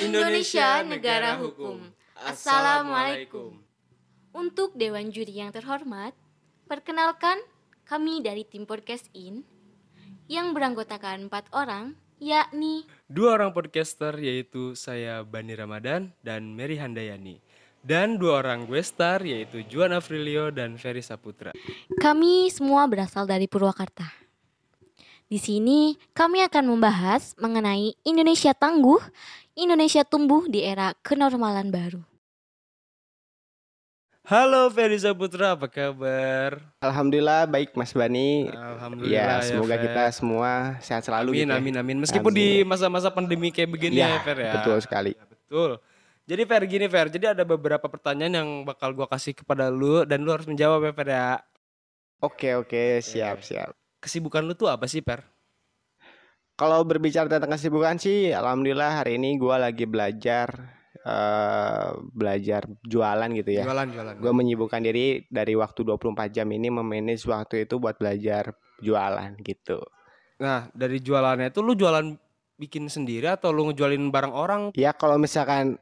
Indonesia negara hukum. Assalamualaikum. Untuk Dewan Juri yang terhormat, perkenalkan kami dari tim Podcast In yang beranggotakan 4 orang, yakni 2 orang podcaster yaitu saya Bani Ramadan dan Mary Handayani. Dan 2 orang guestar yaitu Juan Afrilio dan Ferry Saputra. kami semua berasal dari Purwakarta. Di sini kami akan membahas mengenai Indonesia tangguh, Indonesia tumbuh di era kenormalan baru. Halo Ferry Saputra, apa kabar? Alhamdulillah baik Mas Bani. Alhamdulillah Ya, semoga Fer. kita semua sehat selalu Amin, gitu ya. amin. Meskipun di masa-masa pandemi kayak begini ya Fer ya. Betul sekali. Betul. Jadi Fer gini Fer, jadi ada beberapa pertanyaan yang bakal gua kasih kepada lu dan lu harus menjawab ya Fer ya. Oke, siap. Kesibukan lu tuh apa sih Fer? Kalau berbicara tentang kesibukan sih, alhamdulillah hari ini gua lagi belajar jualan gitu ya. Jualan. Gue menyibukkan diri dari waktu 24 jam ini memanage waktu itu buat belajar jualan gitu. Nah, dari jualannya itu lu jualan bikin sendiri atau lu ngejualin barang orang? Ya kalau misalkan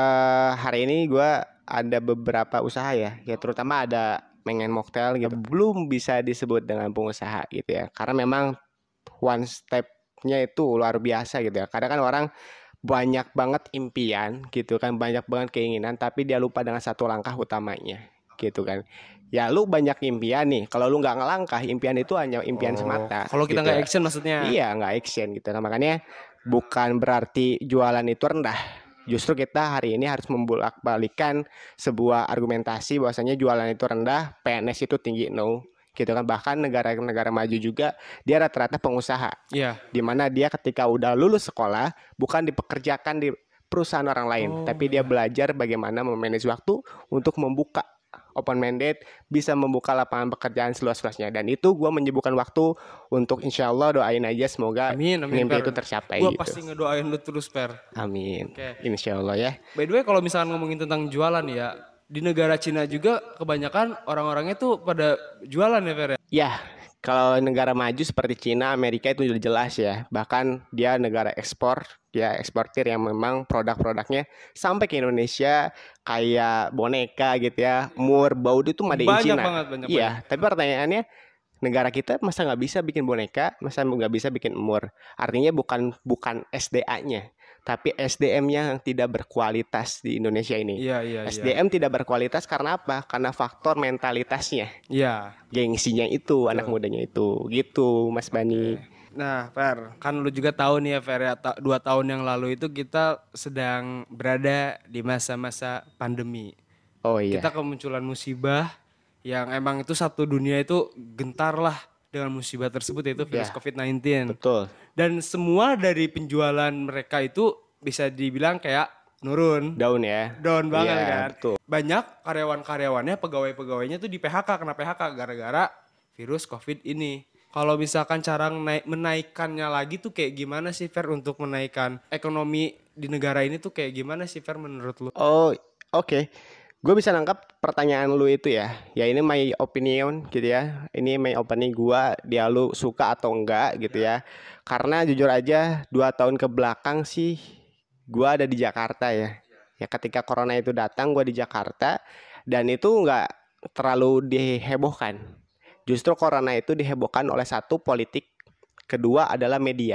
hari ini gue ada beberapa usaha ya terutama ada Mengen Mocktail gitu. Belum bisa disebut dengan pengusaha gitu ya. Karena memang one step-nya itu luar biasa gitu ya. Kadang kan orang banyak banget impian gitu kan, banyak banget keinginan, tapi dia lupa dengan satu langkah utamanya gitu kan. Ya lu banyak impian nih, kalau lu nggak ngelangkah, impian itu hanya impian semata. Kalau kita gitu nggak ya. action maksudnya? Iya, nggak action gitu. Nah, makanya bukan berarti jualan itu rendah. Justru kita hari ini harus membolak-balikan sebuah argumentasi bahwasanya jualan itu rendah, PNS itu tinggi. No, gitu kan. Bahkan negara-negara maju juga dia rata-rata pengusaha. Iya. Dimana dia ketika udah lulus sekolah bukan dipekerjakan di perusahaan orang lain, tapi dia belajar bagaimana memanage waktu untuk membuka open mandate, bisa membuka lapangan pekerjaan seluas-luasnya. Dan itu gue menyibukkan waktu untuk insya Allah doain aja semoga mimpi Per. itu tercapai. Gue gitu. pasti ngedoain lu terus Per. Amin. Oke. Insya Allah ya. By the way kalau misalkan ngomongin tentang jualan ya, di negara Cina juga kebanyakan orang-orangnya tuh pada jualan ya Fer ya? Ya, kalau negara maju seperti Cina, Amerika itu udah jelas ya. Bahkan dia negara ekspor, dia eksportir yang memang produk-produknya sampai ke Indonesia kayak boneka gitu ya, mur, baut itu made in Banyak Cina. banget. Iya, tapi pertanyaannya negara kita masa nggak bisa bikin boneka, masa nggak bisa bikin mur? Artinya bukan SDA-nya, tapi SDM-nya yang tidak berkualitas di Indonesia ini. Iya. SDM tidak berkualitas karena apa? Karena faktor mentalitasnya. Iya. Gengsinya itu, anak mudanya itu. Gitu, Mas Bani. Nah Fer, kan lu juga tahu nih ya Fer ya, 2 tahun yang lalu itu kita sedang berada di masa-masa pandemi. Oh iya. Kita kemunculan musibah yang emang itu satu dunia itu gentar lah dengan musibah tersebut, yaitu virus COVID-19. Betul. Dan semua dari penjualan mereka itu bisa dibilang kayak nurun. Down ya. Down banget Iya, kan. betul. Banyak karyawan-karyawannya, pegawai-pegawainya tuh di PHK, kena PHK gara-gara virus COVID ini. Kalau misalkan cara menaikkannya lagi tuh kayak gimana sih Fer, untuk menaikkan ekonomi di negara ini tuh kayak gimana sih Fer menurut lu? Oh, oke. Gue bisa nangkap pertanyaan lu itu ya. Ya ini my opinion gitu ya. Ini my opinion gue, dia lu suka atau enggak gitu ya. Karena jujur aja 2 tahun ke belakang sih gue ada di Jakarta ya. Ya ketika corona itu datang gue di Jakarta dan itu enggak terlalu dihebohkan. Justru corona itu dihebohkan oleh satu, politik, kedua adalah media.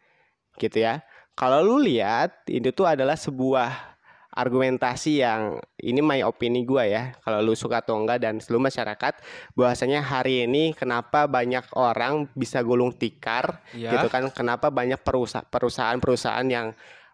Gitu ya. Kalau lu lihat ini tuh adalah sebuah argumentasi yang ini my opini gue ya, kalau lu suka atau enggak dan seluruh masyarakat, bahwasanya hari ini kenapa banyak orang bisa gulung tikar gitu kan, kenapa banyak perusahaan-perusahaan yang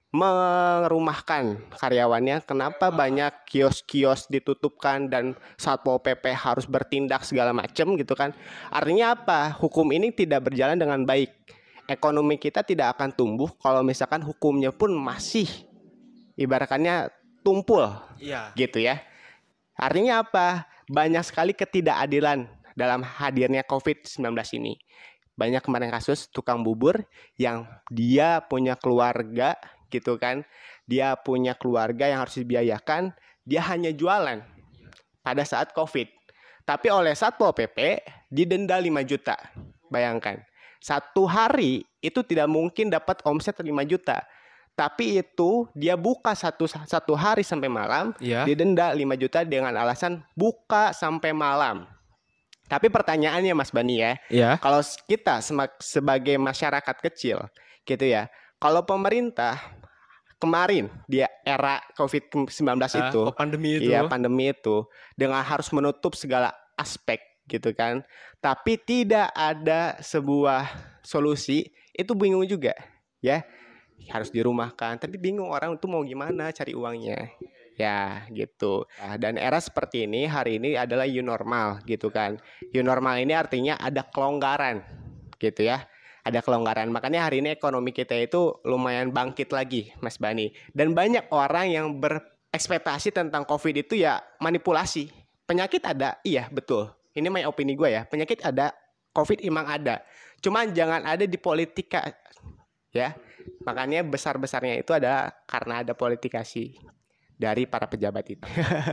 merumahkan karyawannya, kenapa banyak kios-kios ditutupkan dan Satpol PP harus bertindak segala macam gitu kan. Artinya apa? Hukum ini tidak berjalan dengan baik. Ekonomi kita tidak akan tumbuh kalau misalkan hukumnya pun masih ibaratnya tumpul. Iya. Gitu ya. Artinya apa? Banyak sekali ketidakadilan dalam hadirnya COVID-19 ini. Banyak kemarin kasus tukang bubur yang dia punya keluarga gitu kan. Dia punya keluarga yang harus dibiayakan, dia hanya jualan pada saat COVID. Tapi oleh Satpol PP didenda 5 juta. Bayangkan. Satu hari itu tidak mungkin dapat omset 5 juta. Tapi itu dia buka satu hari sampai malam, Iya. didenda 5 juta dengan alasan buka sampai malam. Tapi pertanyaannya Mas Bani ya, Iya. kalau kita sebagai masyarakat kecil gitu ya, kalau pemerintah kemarin di era COVID-19 itu, Pandemi itu. iya pandemi itu, dengan harus menutup segala aspek gitu kan, tapi tidak ada sebuah solusi, itu bingung juga ya. Harus dirumahkan, tapi bingung orang itu mau gimana cari uangnya. Ya gitu. Nah, dan era seperti ini hari ini adalah new normal gitu kan. New normal ini artinya ada kelonggaran gitu ya. Ada kelonggaran. Makanya hari ini ekonomi kita itu lumayan bangkit lagi Mas Bani. Dan banyak orang yang berekspektasi tentang COVID itu ya manipulasi. Penyakit ada, iya betul. Ini my opini gue ya. Penyakit ada, COVID emang ada. Cuman jangan ada di politika ya. Makanya besar-besarnya itu adalah karena ada politikasi dari para pejabat itu.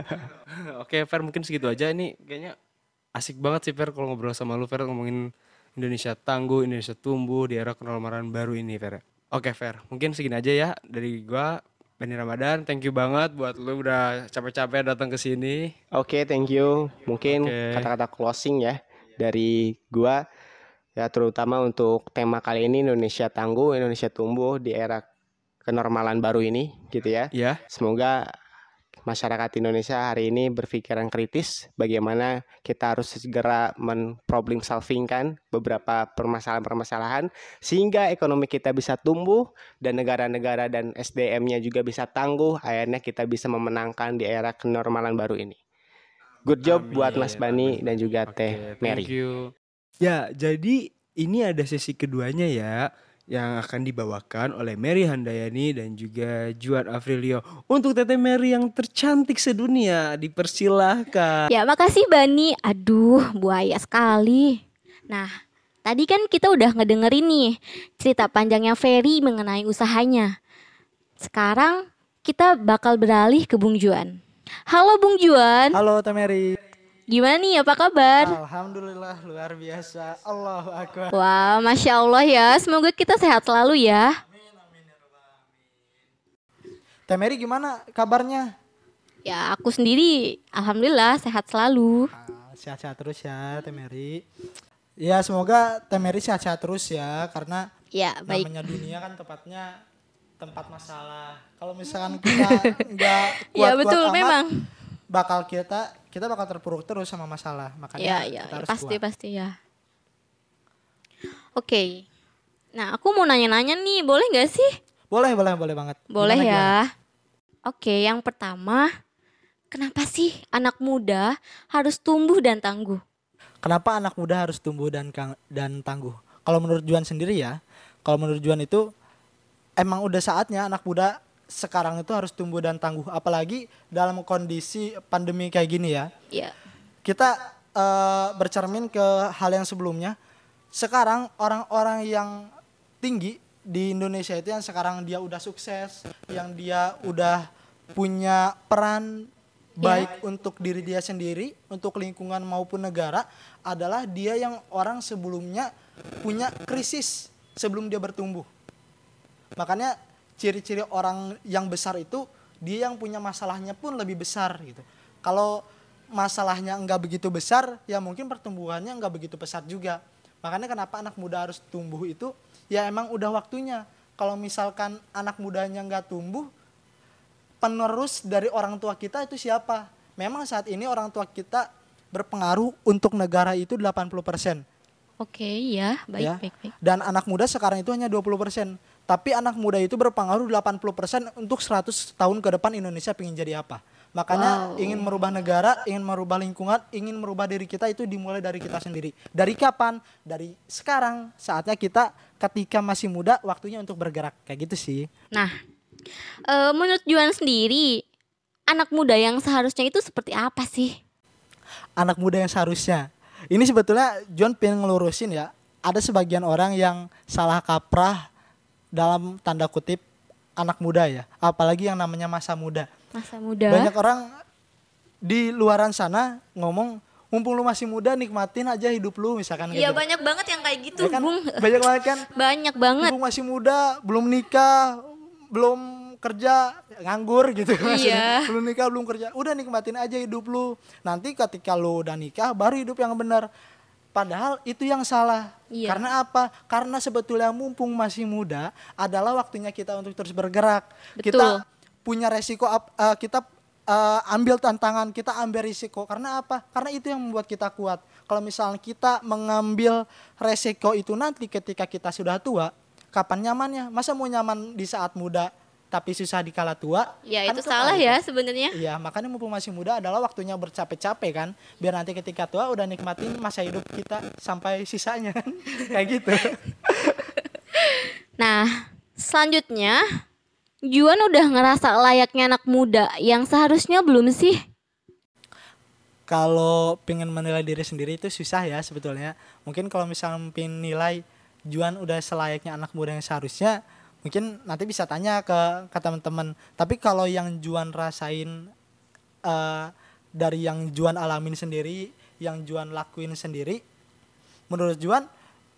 Oke, Fer, mungkin segitu aja. Ini kayaknya asik banget sih, Fer, kalau ngobrol sama lu, Fer, ngomongin Indonesia tangguh, Indonesia tumbuh di era kenormalan baru ini, Fer. Oke, Fer, mungkin segini aja ya dari gua, Bani Ramadan. Thank you banget buat lu udah capek-capek datang ke sini. Oke, thank you. Mungkin Oke. kata-kata closing ya dari gua. Ya terutama untuk tema kali ini Indonesia tangguh, Indonesia tumbuh di era kenormalan baru ini gitu ya. Ya. Semoga masyarakat Indonesia hari ini berpikiran kritis bagaimana kita harus segera problem solving kan beberapa permasalahan-permasalahan sehingga ekonomi kita bisa tumbuh dan negara-negara dan SDM-nya juga bisa tangguh, akhirnya kita bisa memenangkan di era kenormalan baru ini. Good job Amin. buat Mas Bani dan juga Thank Teh Mary. you. Ya, jadi ini ada sesi keduanya ya, yang akan dibawakan oleh Mary Handayani dan juga Juan Afrilio. Untuk Teteh Mary yang tercantik sedunia, dipersilahkan. Ya, makasih Bani. Aduh, buaya sekali. Nah, tadi kan kita udah ngedengerin nih cerita panjangnya Ferry mengenai usahanya. Sekarang kita bakal beralih ke Bung Juan. Halo Bung Juan. Halo Temeri. Gimana nih, apa kabar? Alhamdulillah luar biasa. Allahu Akbar. Wah, Masya Allah ya. Semoga kita sehat selalu ya. Temeri gimana kabarnya? Ya, aku sendiri Alhamdulillah sehat selalu. Sehat-sehat terus ya Temeri. Ya semoga Temeri sehat-sehat terus ya. Karena Ya, baik. namanya dunia kan tepatnya tempat masalah. Kalau misalkan kita nggak Ya, kuat-kuat betul amat, memang. kita bakal terpuruk terus sama masalah. Makanya Ya, kita harus pasti kuat. pasti ya. Oke. Nah, aku mau nanya-nanya nih, boleh nggak sih? Boleh banget. Boleh Gimana, ya. Oke, yang pertama, kenapa sih anak muda harus tumbuh dan tangguh? Kenapa anak muda harus tumbuh dan tangguh? Kalau menurut Juan sendiri ya, kalau menurut Juan itu emang udah saatnya anak muda sekarang itu harus tumbuh dan tangguh. Apalagi dalam kondisi pandemi kayak gini ya. Ya, Kita bercermin ke hal yang sebelumnya. Sekarang orang-orang yang tinggi di Indonesia itu yang sekarang dia udah sukses, yang dia udah punya peran baik untuk diri dia sendiri, untuk lingkungan maupun negara, adalah dia yang orang sebelumnya punya krisis sebelum dia bertumbuh. Makanya ciri-ciri orang yang besar itu dia yang punya masalahnya pun lebih besar gitu. Kalau masalahnya enggak begitu besar, ya mungkin pertumbuhannya enggak begitu pesat juga. Makanya kenapa anak muda harus tumbuh itu, ya emang udah waktunya. Kalau misalkan anak mudanya enggak tumbuh, penerus dari orang tua kita itu siapa? Memang saat ini orang tua kita berpengaruh untuk negara itu 80%. oke ya, baik, Ya. baik, baik. Dan anak muda sekarang itu hanya 20%. Tapi anak muda itu berpengaruh 80% untuk 100 tahun ke depan Indonesia pengen jadi apa. Makanya Wow. ingin merubah negara, ingin merubah lingkungan, ingin merubah diri kita itu dimulai dari kita sendiri. Dari kapan? Dari sekarang. Saatnya kita ketika masih muda waktunya untuk bergerak. Kayak gitu sih. Nah, menurut Juan sendiri, anak muda yang seharusnya itu seperti apa sih? Anak muda yang seharusnya. Ini sebetulnya John pengen ngelurusin ya. Ada sebagian orang yang salah kaprah dalam tanda kutip anak muda ya. Apalagi yang namanya masa muda. Masa muda. Banyak orang di luaran sana ngomong, mumpung lu masih muda nikmatin aja hidup lu misalkan Iya, gitu. banyak banget yang kayak gitu, Ya kan? Bung. Banyak banget kan. Banyak banget. Mumpung masih muda, belum nikah, belum kerja nganggur gitu maksudnya. Iya. Belum nikah belum kerja, udah nikmatin aja hidup lu. Nanti ketika lu udah nikah baru hidup yang benar. Padahal itu yang salah. Iya. Karena apa? Karena sebetulnya mumpung masih muda adalah waktunya kita untuk terus bergerak. Betul. Kita punya resiko, kita ambil tantangan, kita ambil risiko. Karena apa? Karena itu yang membuat kita kuat. Kalau misalnya kita mengambil resiko itu nanti ketika kita sudah tua, kapan nyamannya? Masa mau nyaman di saat muda tapi susah di kala tua? Ya Kan itu kebalik. salah ya sebenarnya. Iya, makanya mumpung masih muda adalah waktunya bercapek-capek kan, biar nanti ketika tua udah nikmatin masa hidup kita sampai sisanya kan. Kayak gitu. Nah, selanjutnya Juan udah ngerasa layaknya anak muda yang seharusnya belum sih? Kalau pengen menilai diri sendiri itu susah ya sebetulnya. Mungkin kalau misalnya pengen nilai Juan udah selayaknya anak muda yang seharusnya, mungkin nanti bisa tanya ke teman-teman. Tapi kalau yang Juan rasain dari yang Juan alamin sendiri, yang Juan lakuin sendiri, menurut Juan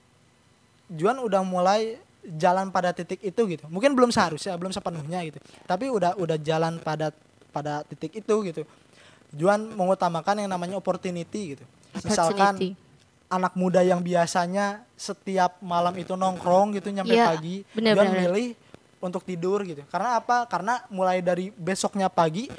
udah mulai jalan pada titik itu gitu. Mungkin belum seharusnya, belum sepenuhnya gitu. Tapi udah jalan pada titik itu gitu. Juan mengutamakan yang namanya opportunity gitu. Misalkan Opportunity. anak muda yang biasanya setiap malam itu nongkrong gitu nyampe Iya, pagi, benar-benar. Juan milih untuk tidur gitu. Karena apa? Karena mulai dari besok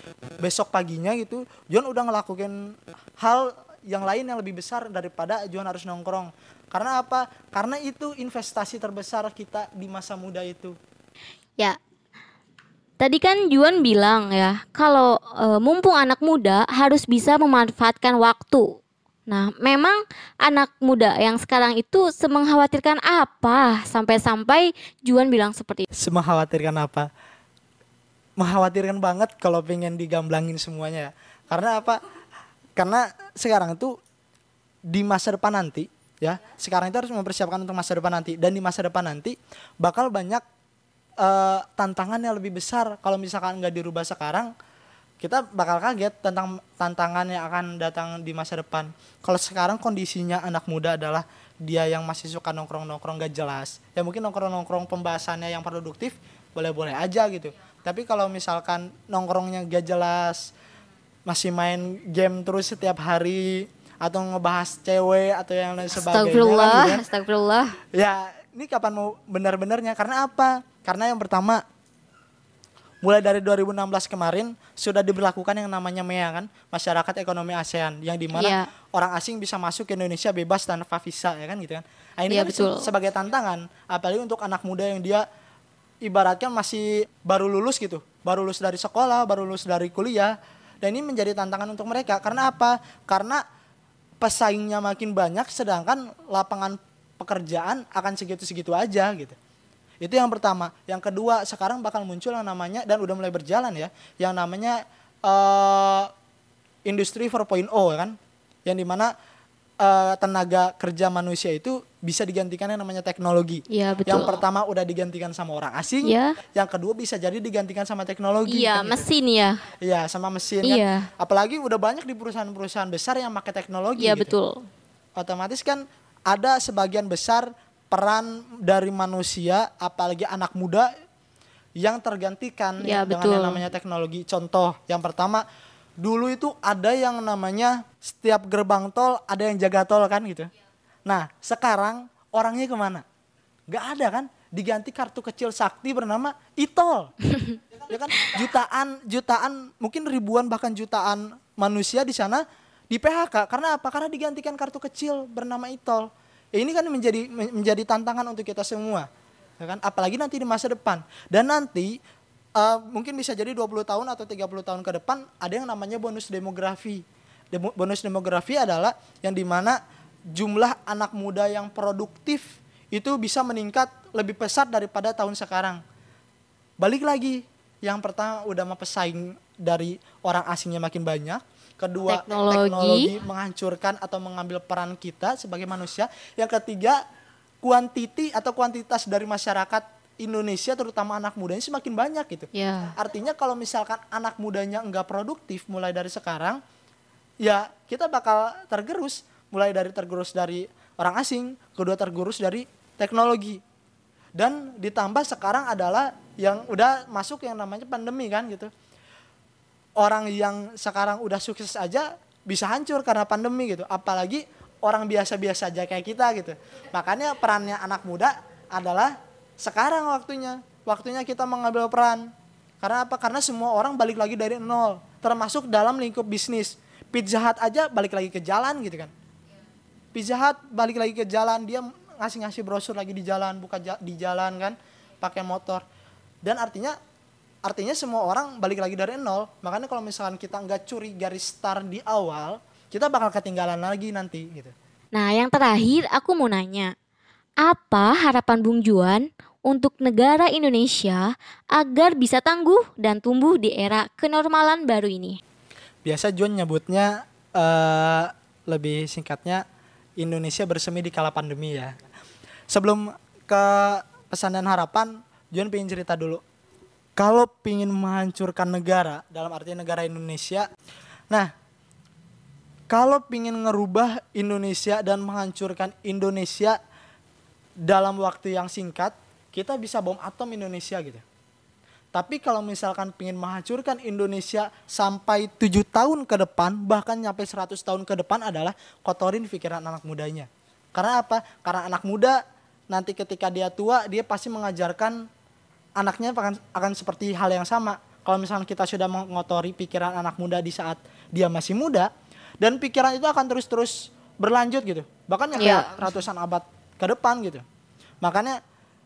paginya gitu, Juan udah ngelakuin hal yang lain yang lebih besar daripada Juan harus nongkrong. Karena apa? Karena itu investasi terbesar kita di masa muda itu. Ya, tadi kan Juan bilang ya, kalau mumpung anak muda harus bisa memanfaatkan waktu. Nah, memang anak muda yang sekarang itu semengkhawatirkan apa sampai-sampai Juan bilang seperti itu? Semengkhawatirkan apa? Mengkhawatirkan banget kalau pengen digamblangin semuanya ya. Karena apa? Karena sekarang itu di masa depan nanti ya, sekarang itu harus mempersiapkan untuk masa depan nanti, dan di masa depan nanti bakal banyak tantangan yang lebih besar. Kalau misalkan nggak dirubah sekarang, kita bakal kaget tentang tantangan yang akan datang di masa depan. Kalau sekarang kondisinya anak muda adalah dia yang masih suka nongkrong-nongkrong gak jelas, ya mungkin nongkrong-nongkrong pembahasannya yang produktif boleh-boleh aja gitu. Tapi kalau misalkan nongkrongnya gak jelas, masih main game terus setiap hari, atau ngebahas cewek atau yang lain sebagainya kan gitu kan. Astagfirullah. Ya, ini kapan mau benar-benarnya? Karena apa? Karena yang pertama, mulai dari 2016 kemarin sudah diberlakukan yang namanya MEA kan, Masyarakat Ekonomi ASEAN, yang dimana Iya. orang asing bisa masuk ke Indonesia bebas tanpa visa ya kan gitu kan. Nah, ini Iya, kan betul. sebagai tantangan, apalagi untuk anak muda yang dia ibaratkan masih baru lulus gitu, baru lulus dari sekolah, baru lulus dari kuliah, dan ini menjadi tantangan untuk mereka. Karena apa? Karena pesaingnya makin banyak, sedangkan lapangan pekerjaan akan segitu-segitu aja gitu. Itu yang pertama. Yang kedua, sekarang bakal muncul yang namanya, dan udah mulai berjalan ya, yang namanya industri 4.0 kan, yang dimana tenaga kerja manusia itu bisa digantikan yang namanya teknologi. Iya, betul. Yang pertama udah digantikan sama orang asing, Iya. yang kedua bisa jadi digantikan sama teknologi. Iya, kan gitu. mesin ya. Iya, sama mesin Iya. kan. Apalagi udah banyak di perusahaan-perusahaan besar yang pakai teknologi. Iya, gitu. betul. Otomatis kan ada sebagian besar peran dari manusia, apalagi anak muda, yang tergantikan Ya, dengan betul. yang namanya teknologi. Contoh, yang pertama, dulu itu ada yang namanya setiap gerbang tol ada yang jaga tol kan gitu. Nah, sekarang orangnya kemana? Gak ada kan? Diganti kartu kecil sakti bernama e-tol. Ya kan, jutaan, mungkin ribuan bahkan jutaan manusia di sana di PHK. Karena apa? Karena digantikan kartu kecil bernama e-tol. Ya, ini kan menjadi tantangan untuk kita semua. Ya kan? Apalagi nanti di masa depan. Dan nanti mungkin bisa jadi 20 tahun atau 30 tahun ke depan ada yang namanya bonus demografi. Bonus demografi adalah yang dimana jumlah anak muda yang produktif itu bisa meningkat lebih pesat daripada tahun sekarang. Balik lagi, yang pertama udah mah pesaing dari orang asingnya makin banyak. Kedua, teknologi menghancurkan atau mengambil peran kita sebagai manusia. Yang ketiga, kuantitas dari masyarakat Indonesia terutama anak mudanya semakin banyak gitu. Ya. Artinya kalau misalkan anak mudanya enggak produktif mulai dari sekarang, ya kita bakal tergerus. Mulai dari tergerus dari orang asing, kedua tergerus dari teknologi. Dan ditambah sekarang adalah yang udah masuk yang namanya pandemi kan gitu. Orang yang sekarang udah sukses aja bisa hancur karena pandemi gitu. Apalagi orang biasa-biasa aja kayak kita gitu. Makanya perannya anak muda adalah sekarang waktunya kita mengambil peran. Karena apa? Karena semua orang balik lagi dari nol, termasuk dalam lingkup bisnis. Pizza Hut aja balik lagi ke jalan gitu kan. Pizza Hut balik lagi ke jalan, dia ngasih brosur lagi di jalan, buka di jalan kan, pakai motor. Dan artinya semua orang balik lagi dari nol. Makanya kalau misalkan kita nggak curi garis start di awal, kita bakal ketinggalan lagi nanti gitu. Nah, yang terakhir aku mau nanya, apa harapan Bung Juan untuk negara Indonesia agar bisa tangguh dan tumbuh di era kenormalan baru ini? Biasa Juan nyebutnya lebih singkatnya Indonesia bersemi di kala pandemi ya. Sebelum ke pesan dan harapan, Juan pengen cerita dulu. Kalau pengen menghancurkan negara, dalam arti negara Indonesia, nah kalau pengen ngerubah Indonesia dan menghancurkan Indonesia dalam waktu yang singkat, kita bisa bom atom Indonesia gitu. Tapi kalau misalkan pengen menghancurkan Indonesia sampai 7 tahun ke depan, bahkan nyampe 100 tahun ke depan adalah kotorin pikiran anak mudanya. Karena apa? Karena anak muda nanti ketika dia tua, dia pasti mengajarkan anaknya akan seperti hal yang sama. Kalau misalkan kita sudah mengotori pikiran anak muda di saat dia masih muda, dan pikiran itu akan terus berlanjut gitu. Bahkan nyampe ratusan abad ke depan gitu. Makanya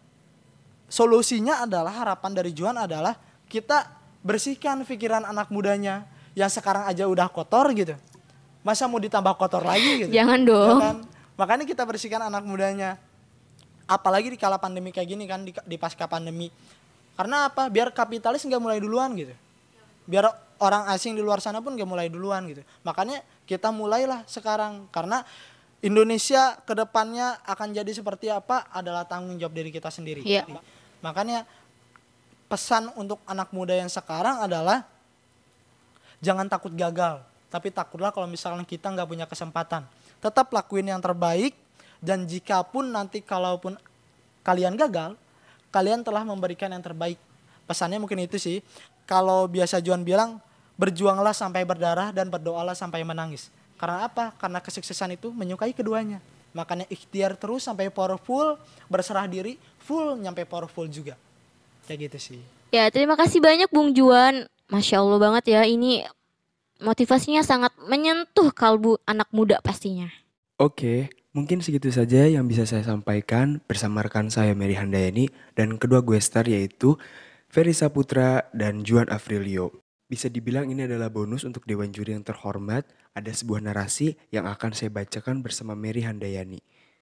solusinya adalah, harapan dari Juan adalah kita bersihkan pikiran anak mudanya yang sekarang aja udah kotor gitu. Masa mau ditambah kotor lagi gitu? Jangan dong. Ya kan? Makanya kita bersihkan anak mudanya. Apalagi di kala pandemi kayak gini kan, di pasca pandemi. Karena apa? Biar kapitalis nggak mulai duluan gitu. Biar orang asing di luar sana pun nggak mulai duluan gitu. Makanya kita mulailah sekarang. Karena Indonesia ke depannya akan jadi seperti apa adalah tanggung jawab diri kita sendiri. Iya. Makanya pesan untuk anak muda yang sekarang adalah jangan takut gagal. Tapi takutlah kalau misalnya kita nggak punya kesempatan. Tetap lakuin yang terbaik. Dan jika pun nanti kalaupun kalian gagal, kalian telah memberikan yang terbaik. Pesannya mungkin itu sih. Kalau biasa Juan bilang, berjuanglah sampai berdarah dan berdoalah sampai menangis. Karena apa? Karena kesuksesan itu menyukai keduanya. Makanya ikhtiar terus sampai powerful, berserah diri, full nyampe powerful juga. Kayak gitu sih. Ya, terima kasih banyak Bung Juan. Masya Allah banget ya, ini motivasinya sangat menyentuh kalbu anak muda pastinya. Oke, mungkin segitu saja yang bisa saya sampaikan bersama rekan saya Mary Handayani dan kedua gue star yaitu Ferry Saputra dan Juan Afrilio. Bisa dibilang ini adalah bonus untuk Dewan Juri yang terhormat. Ada sebuah narasi yang akan saya bacakan bersama Mary Handayani.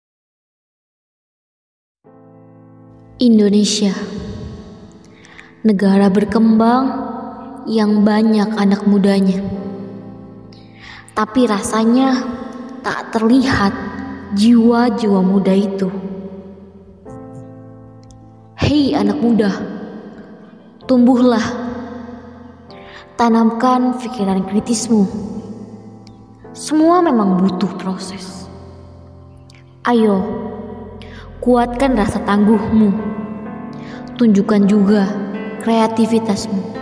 Indonesia, negara berkembang yang banyak anak mudanya. Tapi rasanya tak terlihat jiwa-jiwa muda itu. Hei anak muda, tumbuhlah, tanamkan pikiran kritismu. Semua memang butuh proses. Ayo, kuatkan rasa tangguhmu. Tunjukkan juga kreativitasmu.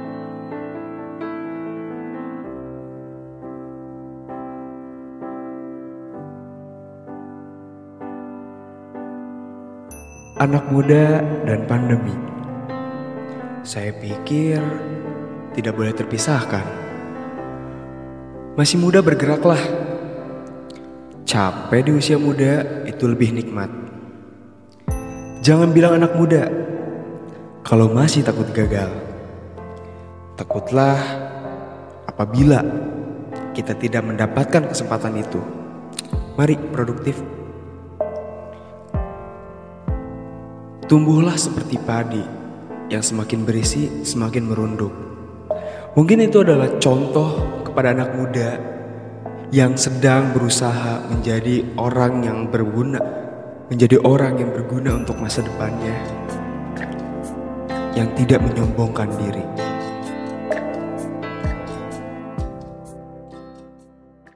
Anak muda dan pandemi. Saya pikir tidak boleh terpisahkan. Masih muda bergeraklah. Capek di usia muda itu lebih nikmat. Jangan bilang anak muda kalau masih takut gagal. Takutlah apabila kita tidak mendapatkan kesempatan itu. Mari produktif. Tumbuhlah seperti padi yang semakin berisi semakin merunduk. Mungkin itu adalah contoh kepada anak muda yang sedang berusaha menjadi orang yang berguna, untuk masa depannya, yang tidak menyombongkan diri.